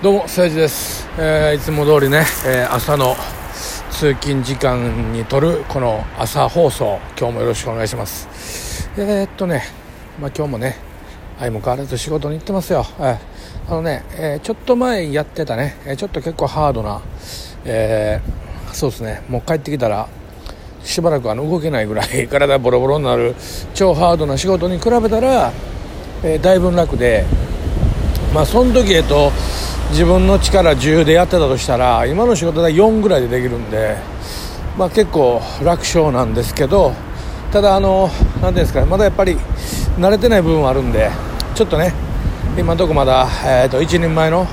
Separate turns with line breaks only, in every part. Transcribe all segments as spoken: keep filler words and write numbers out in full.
どうも誠治です、えー、いつも通りね、えー、朝の通勤時間に撮るこの朝放送、今日もよろしくお願いします。えー、っとね、まあ、今日もね相も変わらず仕事に行ってますよ。えー、あのね、えー、ちょっと前やってたね、えー、ちょっと結構ハードな、えー、そうですね、もう帰ってきたらしばらくあの動けないぐらい体ボロボロになる超ハードな仕事に比べたら、えー、だいぶ楽で、まあその時えっと自分の力じゅうでやってたとしたら今の仕事でよんぐらいでできるんで、まあ結構楽勝なんですけど、ただあのなんていうんですかね、まだやっぱり慣れてない部分はあるんで、ちょっとね今のとこまだ、えー、と一人前の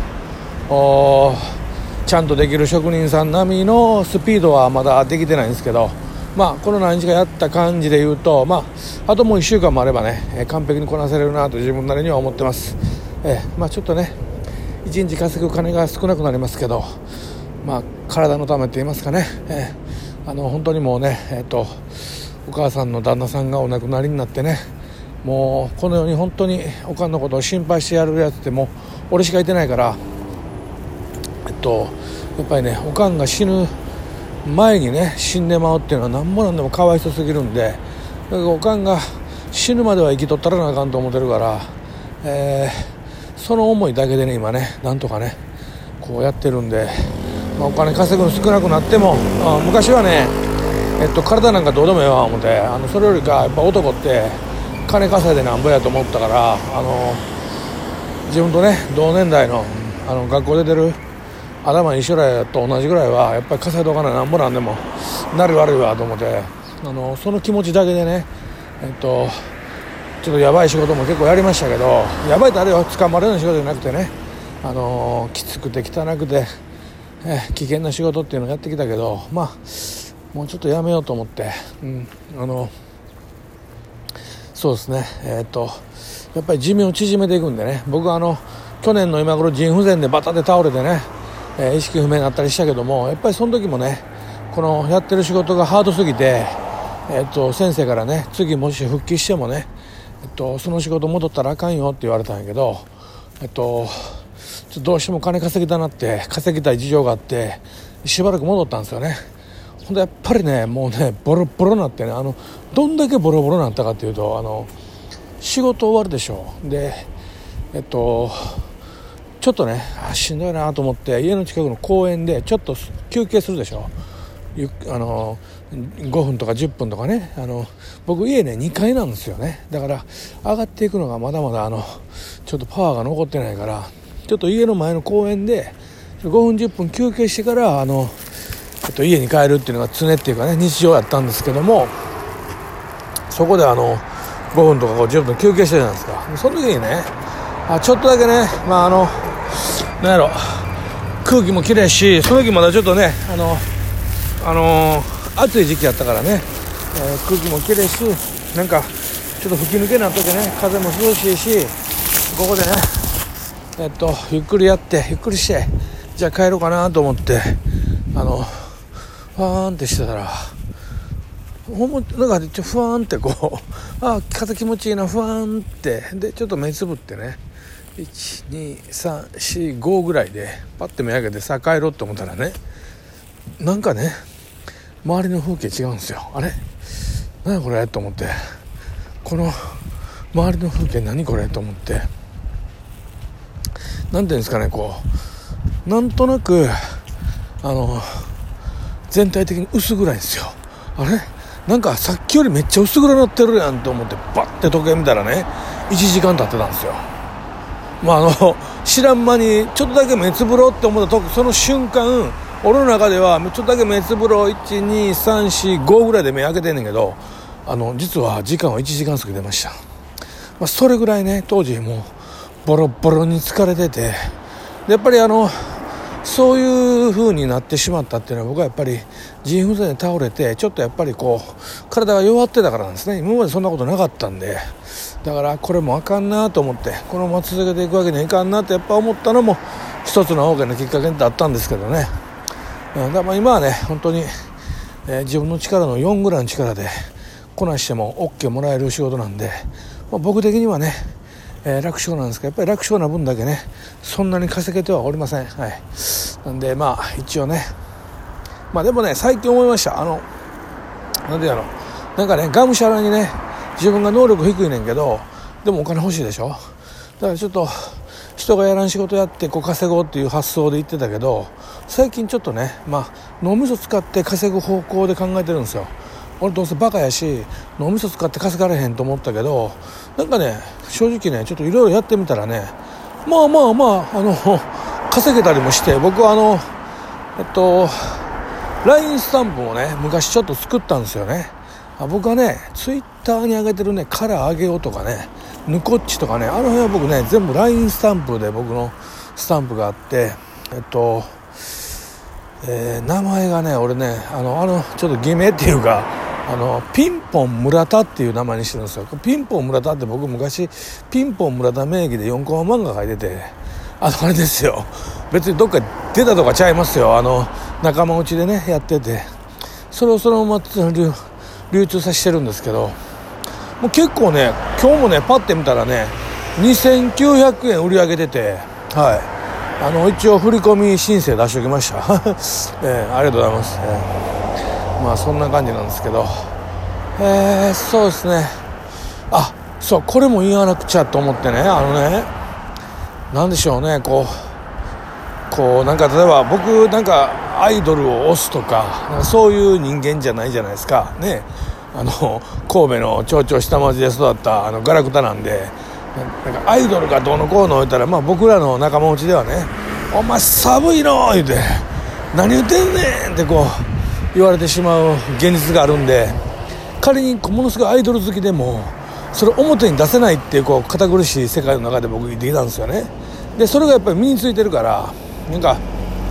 ちゃんとできる職人さん並みのスピードはまだできてないんですけど、まあこの何日かやった感じで言うと、まああともういっしゅうかんもあればね、えー、完璧にこなせれるなと自分なりには思ってます。えー、まあちょっとねいちにち稼ぐ金が少なくなりますけど、まあ体のためって言いますかね、えー、あの本当にもうね、えー、とお母さんの旦那さんがお亡くなりになってね、もうこの世に本当におかんのことを心配してやるやつってもう俺しかいてないから、えっとやっぱりねおかんが死ぬ前にね死んでまうっていうのは何もなんでもかわいそうすぎるんで、だからおかんが死ぬまでは生きとったらなあかんと思ってるから、えーその思いだけでね今ねなんとかねこうやってるんで、まあ、お金稼ぐの少なくなっても、あ昔はね、えっと、体なんかどうでもええわ思って、あのそれよりかやっぱ男って金稼いでなんぼやと思ったから、あの自分とね同年代の、あの学校出てる頭一緒らいと同じぐらいはやっぱり稼いどかななんぼなんでもなる悪いわと思って、あのその気持ちだけでね、えっとちょっとやばい仕事も結構やりましたけど、やばいってあれは捕まるような仕事じゃなくてね、あのー、きつくて汚くて、えー、危険な仕事っていうのをやってきたけど、まあもうちょっとやめようと思って、うん、あのそうですね、えー、っとやっぱり寿命を縮めていくんでね、僕はあの去年の今頃腎不全でバタで倒れてね、えー、意識不明になったりしたけども、やっぱりその時もねこのやってる仕事がハードすぎて、えー、っと先生からね次もし復帰してもね、えっと、その仕事戻ったらあかんよって言われたんやけど、えっと、ちょっとどうしても金稼ぎたなって稼ぎたい事情があってしばらく戻ったんですよね。ほんでやっぱりねもうねボロボロになってね、あのどんだけボロボロになったかっていうと、あの仕事終わるでしょで、えっとちょっとねあしんどいなと思って家の近くの公園でちょっと休憩するでしょ。ゆあのごふんとかじゅっぷんとかね、あの僕家ねにかいなんですよね。だから上がっていくのがまだまだあのちょっとパワーが残ってないから、ちょっと家の前の公園でごふんじゅっぷん休憩してからあの、えっと、家に帰るっていうのが常っていうかね日常やったんですけども、そこであのごふんとかじゅっぷん休憩してるじゃないですか。その時にねあちょっとだけね、まああのなんやろ空気もきれいし、その時まだちょっとねあのあのー暑い時期やったからね、えー、空気もきれいし、なんかちょっと吹き抜けになっとけね、風も涼しいし、ここでねえっとゆっくりやってゆっくりして、じゃあ帰ろうかなと思ってあのファーンってしてたら、ほんまなんかちょフワーンってこうあ風気持ちいいなフワーンってでちょっと目つぶってねいちにさんしごぐらいでパッて目開けてさあ帰ろうと思ったらね、なんかね周りの風景違うんですよ。あれ何これと思って、この周りの風景何これと思って、なんていうんですかね、こうなんとなくあの全体的に薄暗いんですよ。あれなんかさっきよりめっちゃ薄暗なってるやんと思ってバッて時計見たらねいちじかん経ってたんですよ。まああの知らん間にちょっとだけ目つぶろうって思った時、その瞬間俺の中ではちょっとだけ目つぶろういち、に、さん、し、ごぐらいで目開けてんねんけど、あの実は時間はいちじかん過ぎてました。まあ、それぐらいね当時もうボロボロに疲れてて、やっぱりあのそういう風になってしまったっていうのは、僕はやっぱり腎不全で倒れてちょっとやっぱりこう体が弱ってたからなんですね。今までそんなことなかったんで、だからこれもあかんなと思って、このまま続けていくわけにはいかんなってやっぱ思ったのも一つの大きなきっかけだったんですけどね。だからまあ今はね本当に、えー、自分の力のよんぐらいの力でこなしても OK もらえる仕事なんで、まあ、僕的にはね、 えー、楽勝なんですけど、やっぱり楽勝な分だけねそんなに稼げてはおりません。はい、なんでまあ一応ね、まあでもね最近思いました。あのなんでやろなんかねがむしゃらにね自分が能力低いねんけどでもお金欲しいでしょ。だからちょっと人がやらん仕事やってこう稼ごうっていう発想で言ってたけど、最近ちょっとねまあ脳みそ使って稼ぐ方向で考えてるんですよ。俺どうせバカやし脳みそ使って稼がれへんと思ったけど、なんかね正直ねちょっといろいろやってみたらねまあまあまああの稼げたりもして、僕はあのえっと ライン スタンプをね昔ちょっと作ったんですよね。あ僕はねツイッターに上げてるねカラー上げようとかねヌコッチとかね、あの辺は僕ね全部 ライン スタンプで僕のスタンプがあって、えっと、えー、名前がね俺ねあのあのちょっと偽名っていうかあのピンポン村田っていう名前にしてるんですよ。ピンポン村田って僕昔ピンポン村田名義でよんコマ漫画書いてて、あのあれですよ、別にどっか出たとかちゃいますよ。あの仲間内でねやってて、それをそのまま流, 流通させてるんですけど、もう結構ね今日もねパッて見たらねにせんきゅうひゃくえん売り上げてて、はいあの一応振込申請出しておきました、えー、ありがとうございます、えー、まあそんな感じなんですけど、えー、そうですね。あそうこれも言わなくちゃと思ってね、あのねなんでしょうね、こうこうなんか例えば僕なんかアイドルを推すとか、なんかそういう人間じゃないじゃないですかね。あの神戸の町長下町で育ったあのガラクタなんで、なんかアイドルがどうのこうの言ったら、まあ、僕らの仲間内ではねお前寒いの言うて何言ってんねんってこう言われてしまう現実があるんで、仮にものすごいアイドル好きでもそれ表に出せないっていうこう堅苦しい世界の中で僕生きてきたんですよね。でそれがやっぱり身についてるから、なんか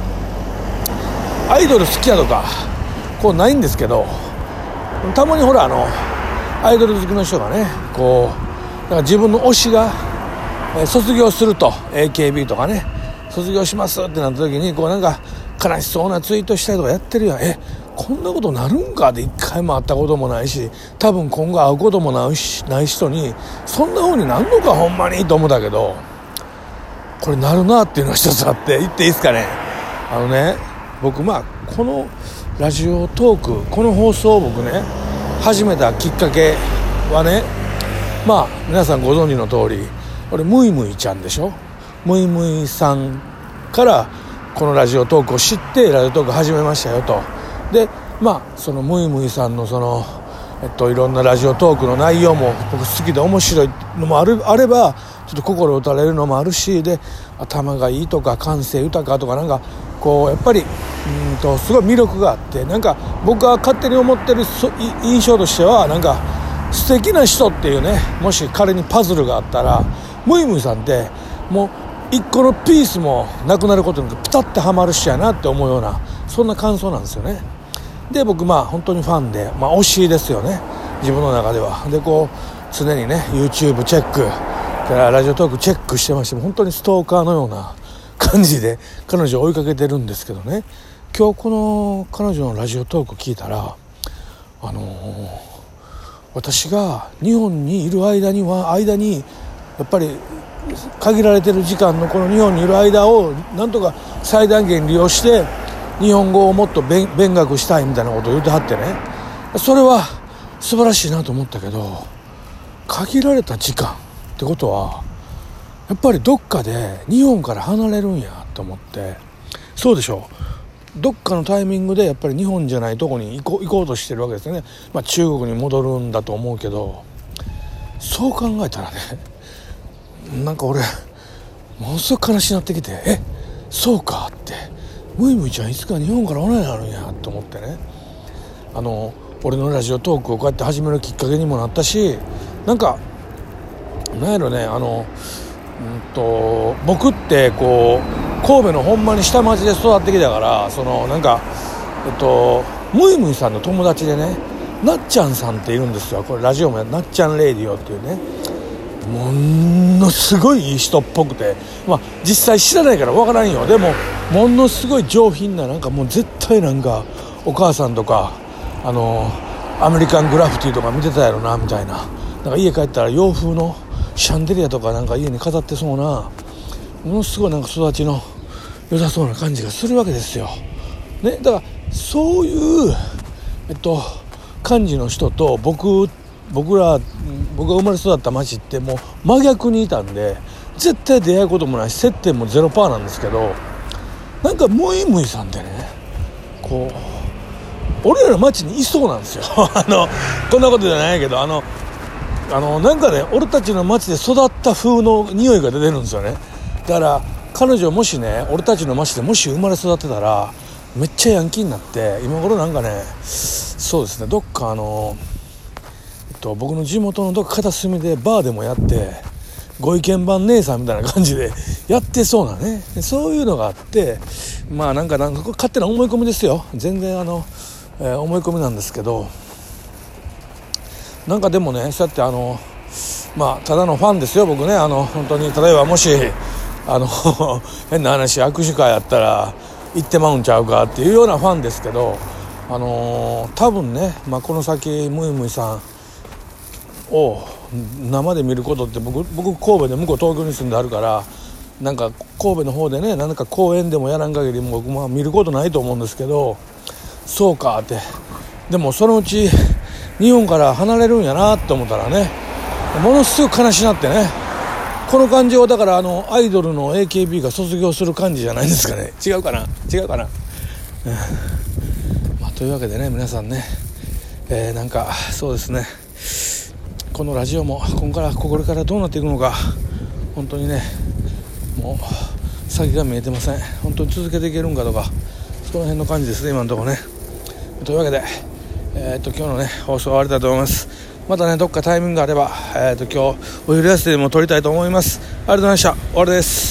アイドル好きやとかこうないんですけど、たまにほらあのアイドル好きの人がねこうなんか自分の推しが、えー、卒業すると エーケービー とかね卒業しますってなった時にこうなんか悲しそうなツイートしたりとかやってるやん。えこんなことなるんかって一回も会ったこともないし多分今後会うこともないしない人にそんな風になんのかほんまにと思ったけど、これなるなっていうのが一つあって、言っていいですかね。あのね僕まあこのラジオトークこの放送を僕ね始めたきっかけはね、まあ皆さんご存知の通り俺ムイムイちゃんでしょ。ムイムイさんからこのラジオトークを知ってラジオトーク始めましたよと。でまあそのムイムイさんのそのえっといろんなラジオトークの内容も僕好きで面白いのもあるあればちょっと心打たれるのもあるし、で頭がいいとか感性豊かとかなんかこうやっぱりうんとすごい魅力があって、なんか僕が勝手に思ってる印象としてはなんか素敵な人っていうね、もし彼にパズルがあったらムイムイさんってもう一個のピースもなくなることなくピタッてはまる人やなって思うようなそんな感想なんですよね。で僕まあ本当にファンで、まあ、推しですよね自分の中では。でこう常にね YouTube チェックからラジオトークチェックしてまして、本当にストーカーのような感じで彼女を追いかけてるんですけどね、今日この彼女のラジオトーク聞いたらあのー、私が日本にいる間には間にやっぱり限られてる時間のこの日本にいる間をなんとか最大限利用して日本語をもっと勉学したいみたいなことを言ってはってね、それは素晴らしいなと思ったけど、限られた時間ってことはやっぱりどっかで日本から離れるんやと思って、そうでしょう、どっかのタイミングでやっぱり日本じゃないとこに行こう、行こうとしてるわけですよね。まあ中国に戻るんだと思うけど、そう考えたらねなんか俺ものすごく悲しくなってきて、えそうかってムイムイちゃんいつか日本からおらんようになるんやと思ってね、あの俺のラジオトークをこうやって始めるきっかけにもなったし、なんかなんやろね、あのうんと僕ってこう神戸のほんまに下町で育ってきたから、そのなんかえっとムイムイさんの友達でねなっちゃんさんっているんですよ。これラジオもやなっちゃんレイディオっていうね、ものすごいいい人っぽくて、まあ実際知らないから分からんよ。でもものすごい上品な、なんかもう絶対なんかお母さんとかあのアメリカングラフィティとか見てたやろなみたいな、なんか家帰ったら洋風のシャンデリアとかなんか家に飾ってそうなものすごいなんか育ちの良さそうな感じがするわけですよ、ね、だからそういうえっと感じの人と僕僕ら僕が生まれ育った町ってもう真逆にいたんで絶対出会うこともないし接点も ゼロパーセント なんですけど、なんかムイムイさんでねこう俺らの町にいそうなんですよあのこんなことじゃないけどあのあのなんかね俺たちの町で育った風の匂いが出てるんですよね。だから彼女もしね俺たちの町でもし生まれ育ってたらめっちゃヤンキーになって今頃なんかねそうですねどっかあの、えっと、僕の地元のどっか片隅でバーでもやってご意見番姉さんみたいな感じでやってそうなねそういうのがあってまあなんかなんか勝手な思い込みですよ全然あの、えー、思い込みなんですけどなんかでもねそうやってあのまあただのファンですよ僕ねあの本当に例えばもしあの変な話握手会やったら行ってまうんちゃうかっていうようなファンですけどあのー、多分ね、まあ、この先ムイムイさんを生で見ることって僕僕神戸で向こう東京に住んであるからなんか神戸の方でねなんか公園でもやらん限り僕も見ることないと思うんですけどそうかってでもそのうち日本から離れるんやなって思ったらねものすごく悲しなってねこの感じはだからあのアイドルの エーケービー が卒業する感じじゃないですかね違うかな違うかな、うんまあ、というわけでね皆さんね、えー、なんかそうですねこのラジオも今からこれからどうなっていくのか本当にねもう先が見えてません本当に続けていけるんかとかその辺の感じですね今のところねというわけで、えー、っと今日のね放送は終わりたいと思いますまたねどっかタイミングがあれば、えー、と今日お昼休みでも撮りたいと思います。ありがとうございました。終わりです。